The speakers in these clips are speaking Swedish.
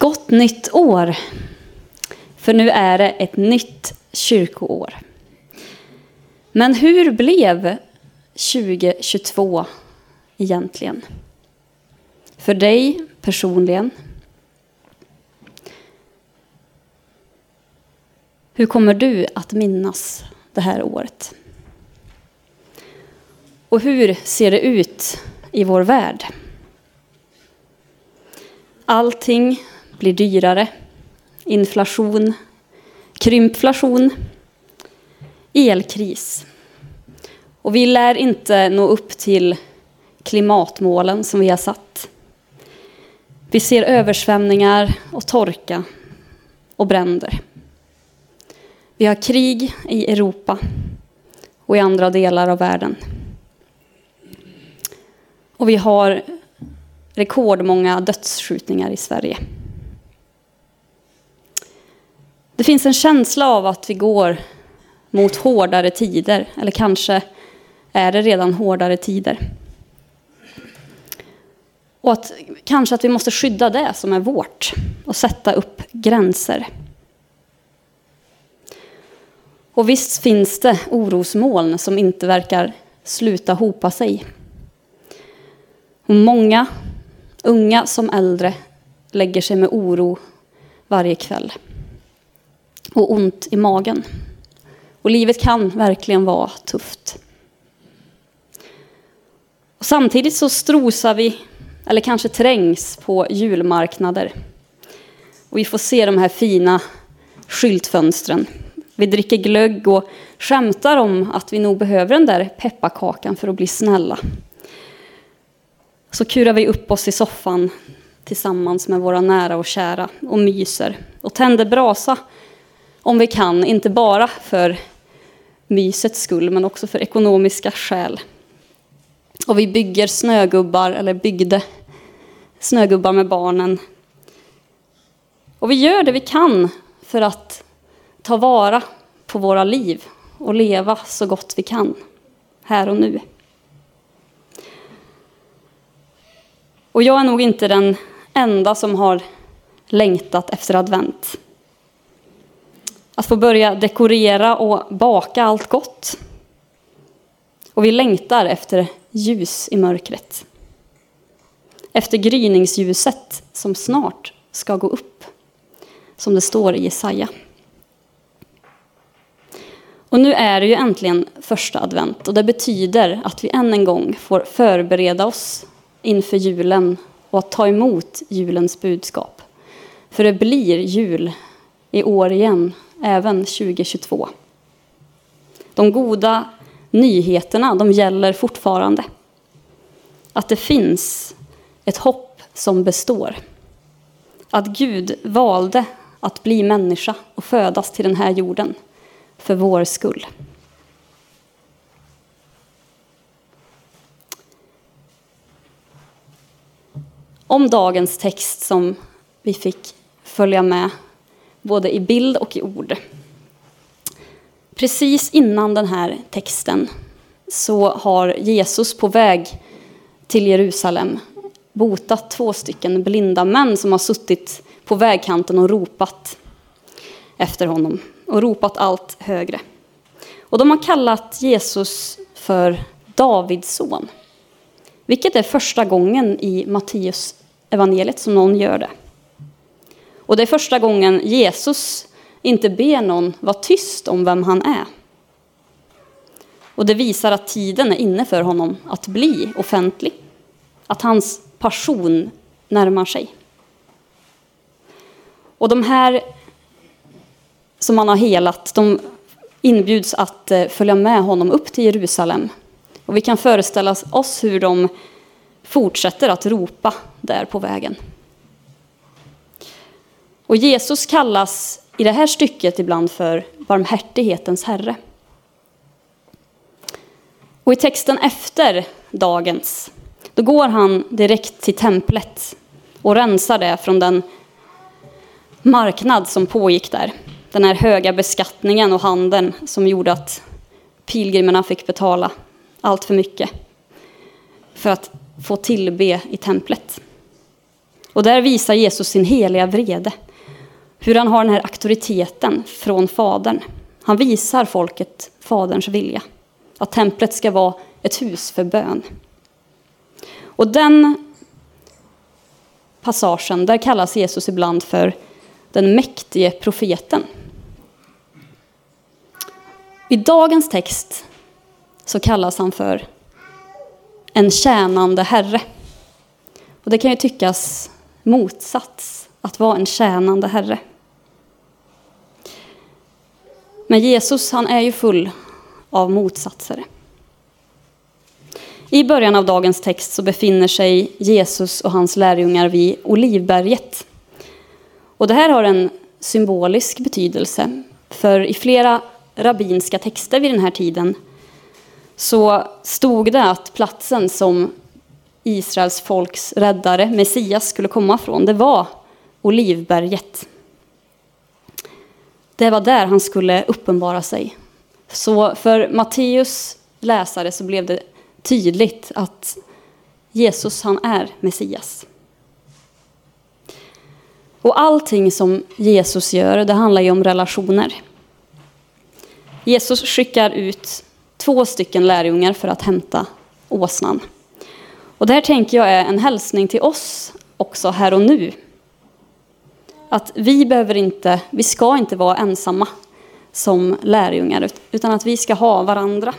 Gott nytt år! För nu är det ett nytt kyrkoår. Men hur blev 2022 egentligen? För dig personligen? Hur kommer du att minnas det här året? Och hur ser det ut i vår värld? Allting blir dyrare. Inflation, krympflation, elkris. Och vi lär inte nå upp till klimatmålen som vi har satt. Vi ser översvämningar och torka och bränder. Vi har krig i Europa och i andra delar av världen. Och vi har rekordmånga dödsskjutningar i Sverige. Det finns en känsla av att vi går mot hårdare tider. Eller kanske är det redan hårdare tider. Och kanske att vi måste skydda det som är vårt. Och sätta upp gränser. Och visst finns det orosmoln som inte verkar sluta hopa sig. Och många, unga som äldre, lägger sig med oro varje kväll. Och ont i magen. Och livet kan verkligen vara tufft. Och samtidigt så strosar vi, eller kanske trängs på julmarknader. Och vi får se de här fina skyltfönstren. Vi dricker glögg och skämtar om att vi nog behöver den där pepparkakan för att bli snälla. Så kurar vi upp oss i soffan tillsammans med våra nära och kära och myser. Och tänder brasa om vi kan, inte bara för mysets skull men också för ekonomiska skäl. Och vi bygger snögubbar, eller byggde snögubbar med barnen. Och vi gör det vi kan för att ta vara på våra liv och leva så gott vi kan här och nu. Och jag är nog inte den enda som har längtat efter advent. Att få börja dekorera och baka allt gott. Och vi längtar efter ljus i mörkret. Efter gryningsljuset som snart ska gå upp. Som det står i Jesaja. Och nu är det ju äntligen första advent. Och det betyder att vi än en gång får förbereda oss inför julen. Och att ta emot julens budskap. För det blir jul i år igen. Även 2022. De goda nyheterna, de gäller fortfarande. Att det finns ett hopp som består. Att Gud valde att bli människa och födas till den här jorden för vår skull. Om dagens text som vi fick följa med både i bild och i ord. Precis innan den här texten så har Jesus på väg till Jerusalem botat 2 blinda män som har suttit på vägkanten och ropat efter honom. Och ropat allt högre. Och de har kallat Jesus för Davids son. Vilket är första gången i Matteus evangeliet som någon gör det. Och det är första gången Jesus inte ber någon vara tyst om vem han är. Och det visar att tiden är inne för honom att bli offentlig. Att hans passion närmar sig. Och de här som han har helat, de inbjuds att följa med honom upp till Jerusalem. Och vi kan föreställa oss hur de fortsätter att ropa där på vägen. Och Jesus kallas i det här stycket ibland för barmhärtighetens herre. Och i texten efter dagens, då går han direkt till templet och rensar det från den marknad som pågick där. Den här höga beskattningen och handeln som gjorde att pilgrimerna fick betala allt för mycket för att få tillbe i templet. Och där visar Jesus sin heliga vrede. Hur han har den här auktoriteten från Fadern. Han visar folket Faderns vilja. Att templet ska vara ett hus för bön. Och den passagen, där kallas Jesus ibland för den mäktige profeten. I dagens text så kallas han för en tjänande herre. Och det kan ju tyckas motsats att vara en tjänande herre. Men Jesus, han är ju full av motsatser. I början av dagens text så befinner sig Jesus och hans lärjungar vid Olivberget. Och det här har en symbolisk betydelse. För i flera rabbinska texter vid den här tiden så stod det att platsen som Israels folks räddare, Messias, skulle komma från, det var Olivberget. Det var där han skulle uppenbara sig. Så för Matteus läsare så blev det tydligt att Jesus, han är Messias. Och allting som Jesus gör, det handlar ju om relationer. Jesus skickar ut 2 lärjungar för att hämta åsnan. Och det här tänker jag är en hälsning till oss också här och nu. Att vi ska inte vara ensamma som lärjungar, utan att vi ska ha varandra.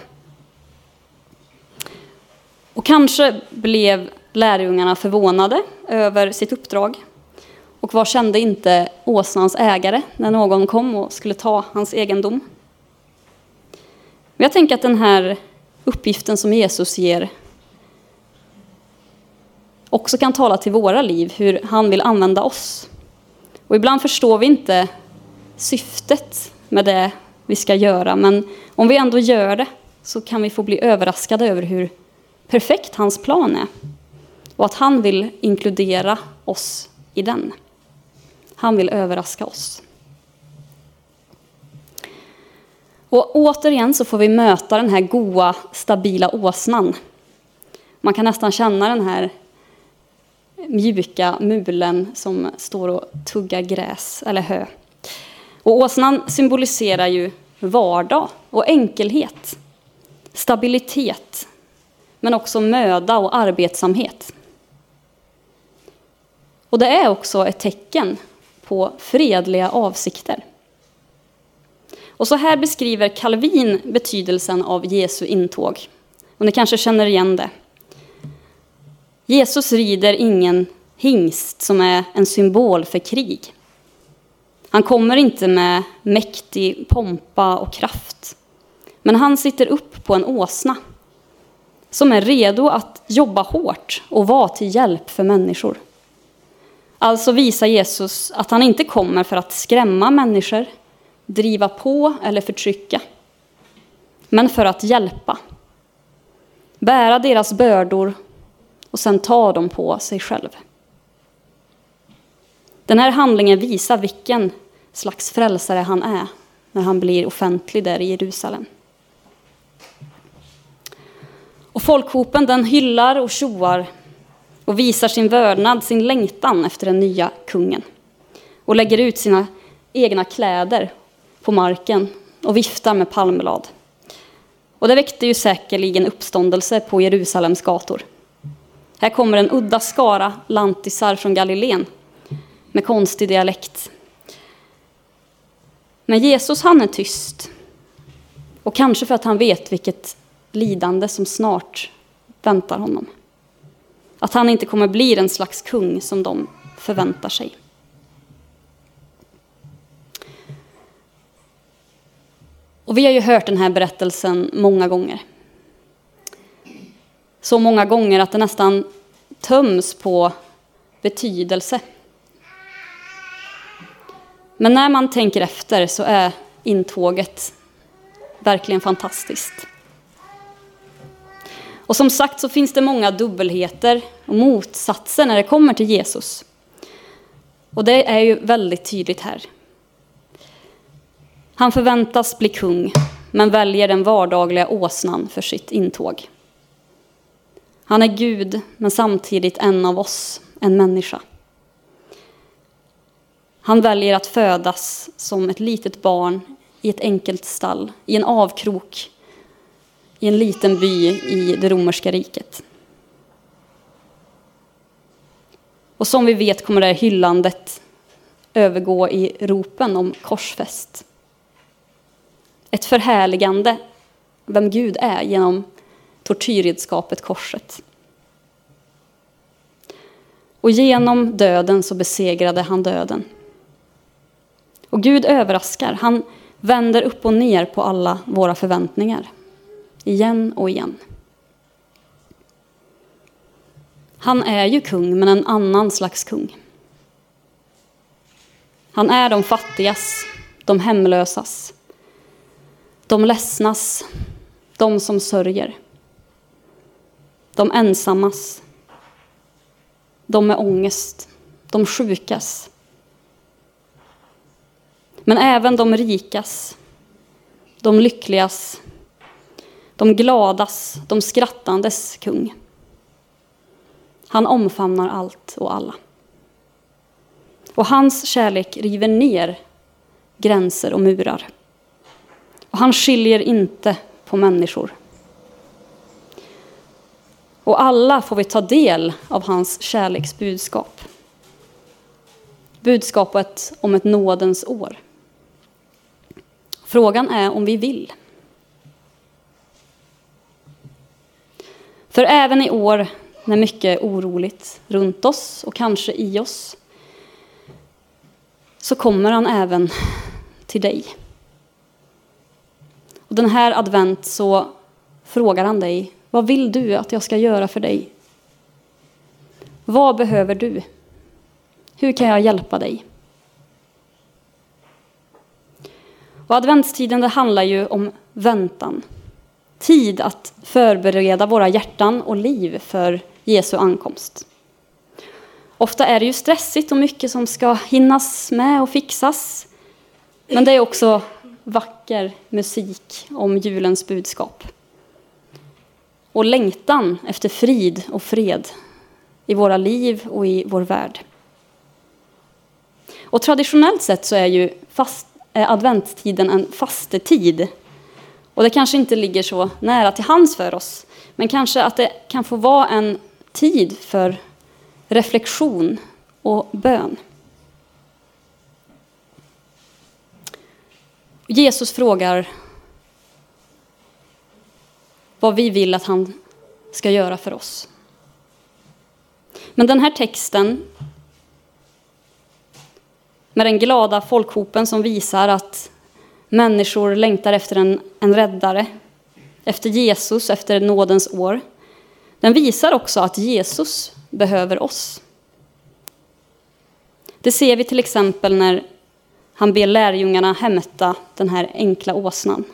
Och kanske blev lärjungarna förvånade över sitt uppdrag. Och vad kände inte åsnans ägare när någon kom och skulle ta hans egendom? Men jag tänker att den här uppgiften som Jesus ger också kan tala till våra liv, hur han vill använda oss. Och ibland förstår vi inte syftet med det vi ska göra, men om vi ändå gör det så kan vi få bli överraskade över hur perfekt hans plan är. Och att han vill inkludera oss i den. Han vill överraska oss. Och återigen så får vi möta den här goa, stabila åsnan. Man kan nästan känna den här mjuka mulen som står och tuggar gräs eller hö. Och åsnan symboliserar ju vardag och enkelhet, stabilitet, men också möda och arbetsamhet. Och det är också ett tecken på fredliga avsikter. Och så här beskriver Calvin betydelsen av Jesu intåg. Och ni kanske känner igen det. Jesus rider ingen hingst som är en symbol för krig. Han kommer inte med mäktig pompa och kraft. Men han sitter upp på en åsna som är redo att jobba hårt och vara till hjälp för människor. Alltså visar Jesus att han inte kommer för att skrämma människor, driva på eller förtrycka, men för att hjälpa. Bära deras bördor och sen ta dem på sig själv. Den här handlingen visar vilken slags frälsare han är när han blir offentlig där i Jerusalem. Och folkhopen, den hyllar och tjoar och visar sin vördnad, sin längtan efter den nya kungen. Och lägger ut sina egna kläder på marken och viftar med palmblad. Och det väckte ju säkerligen uppståndelse på Jerusalems gator. Här kommer en udda skara lantisar från Galileen med konstig dialekt. Men Jesus, han är tyst. Och kanske för att han vet vilket lidande som snart väntar honom. Att han inte kommer bli en slags kung som de förväntar sig. Och vi har ju hört den här berättelsen många gånger. Så många gånger att det nästan töms på betydelse. Men när man tänker efter så är intåget verkligen fantastiskt. Och som sagt så finns det många dubbelheter och motsatser när det kommer till Jesus. Och det är ju väldigt tydligt här. Han förväntas bli kung, men väljer den vardagliga åsnan för sitt intåg. Han är Gud, men samtidigt en av oss, en människa. Han väljer att födas som ett litet barn i ett enkelt stall, i en avkrok, i en liten by i det romerska riket. Och som vi vet kommer det här hyllandet övergå i ropen om korsfäst. Ett förhärligande vem Gud är genom tortyrredskapet korset. Och genom döden så besegrade han döden. Och Gud överraskar. Han vänder upp och ner på alla våra förväntningar. Igen och igen. Han är ju kung, men en annan slags kung. Han är de fattigas, de hemlösas, de ledsnas, de som sörjer, de ensammas, de med ångest, de sjukas. Men även de rikas, de lyckligas, de gladas, de skrattandes kung. Han omfamnar allt och alla. Och hans kärlek river ner gränser och murar. Och han skiljer inte på människor. Och alla får vi ta del av hans kärleksbudskap. Budskapet om ett nådens år. Frågan är om vi vill. För även i år när mycket är oroligt runt oss och kanske i oss, så kommer han även till dig. Och den här advent så frågar han dig: vad vill du att jag ska göra för dig? Vad behöver du? Hur kan jag hjälpa dig? Och adventstiden, det handlar ju om väntan. Tid att förbereda våra hjärtan och liv för Jesu ankomst. Ofta är det ju stressigt och mycket som ska hinnas med och fixas. Men det är också vacker musik om julens budskap. Och längtan efter frid och fred i våra liv och i vår värld. Och traditionellt sett så är ju adventstiden en fastetid. Och det kanske inte ligger så nära till hands för oss. Men kanske att det kan få vara en tid för reflektion och bön. Jesus frågar vad vi vill att han ska göra för oss. Men den här texten med den glada folkhopen som visar att människor längtar efter en räddare, efter Jesus, efter nådens år. Den visar också att Jesus behöver oss. Det ser vi till exempel när han ber lärjungarna hämta den här enkla åsnan.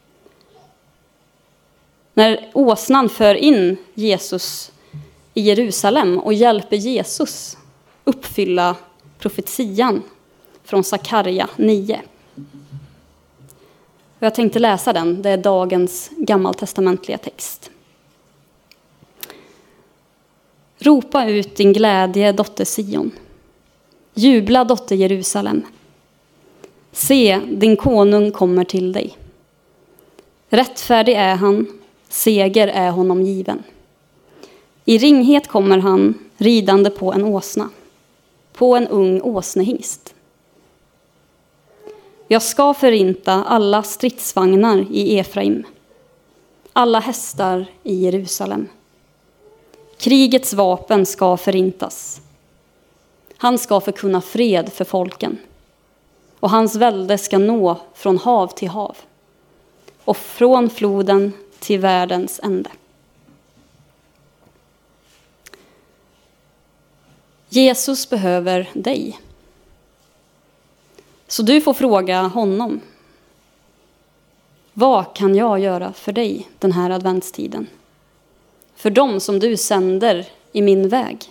När åsnan för in Jesus i Jerusalem och hjälper Jesus uppfylla profetian från Sakarja 9. Jag tänkte läsa den, det är dagens gammaltestamentliga text. Ropa ut din glädje, dotter Sion. Jubla, dotter Jerusalem. Se, din konung kommer till dig. Rättfärdig är han, seger är honom given. I ringhet kommer han, ridande på en åsna, på en ung åsnehingst. Jag ska förinta alla stridsvagnar i Efraim, alla hästar i Jerusalem. Krigets vapen ska förintas. Han ska förkunna fred för folken. Och hans välde ska nå från hav till hav. Och från floden till världens ände. Jesus behöver dig. Så du får fråga honom. Vad kan jag göra för dig den här adventstiden? För dem som du sänder i min väg.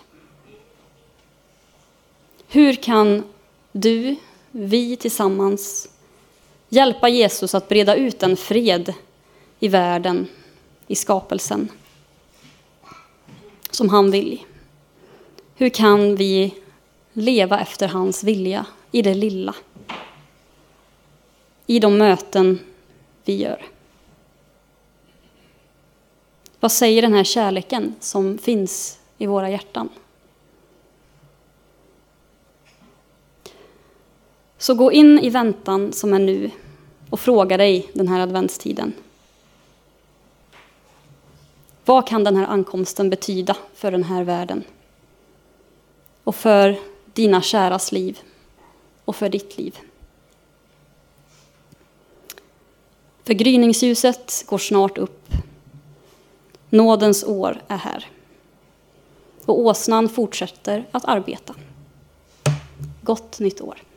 Hur kan vi tillsammans hjälpa Jesus att breda ut en fred i världen, i skapelsen, som han vill? Hur kan vi leva efter hans vilja i det lilla. I de möten vi gör. Vad säger den här kärleken som finns i våra hjärtan? Så gå in i väntan som är nu och fråga dig den här adventstiden. Vad kan den här ankomsten betyda för den här världen? Och för dina käras liv och för ditt liv. För gryningsljuset går snart upp. Nådens år är här. Och åsnan fortsätter att arbeta. Gott nytt år.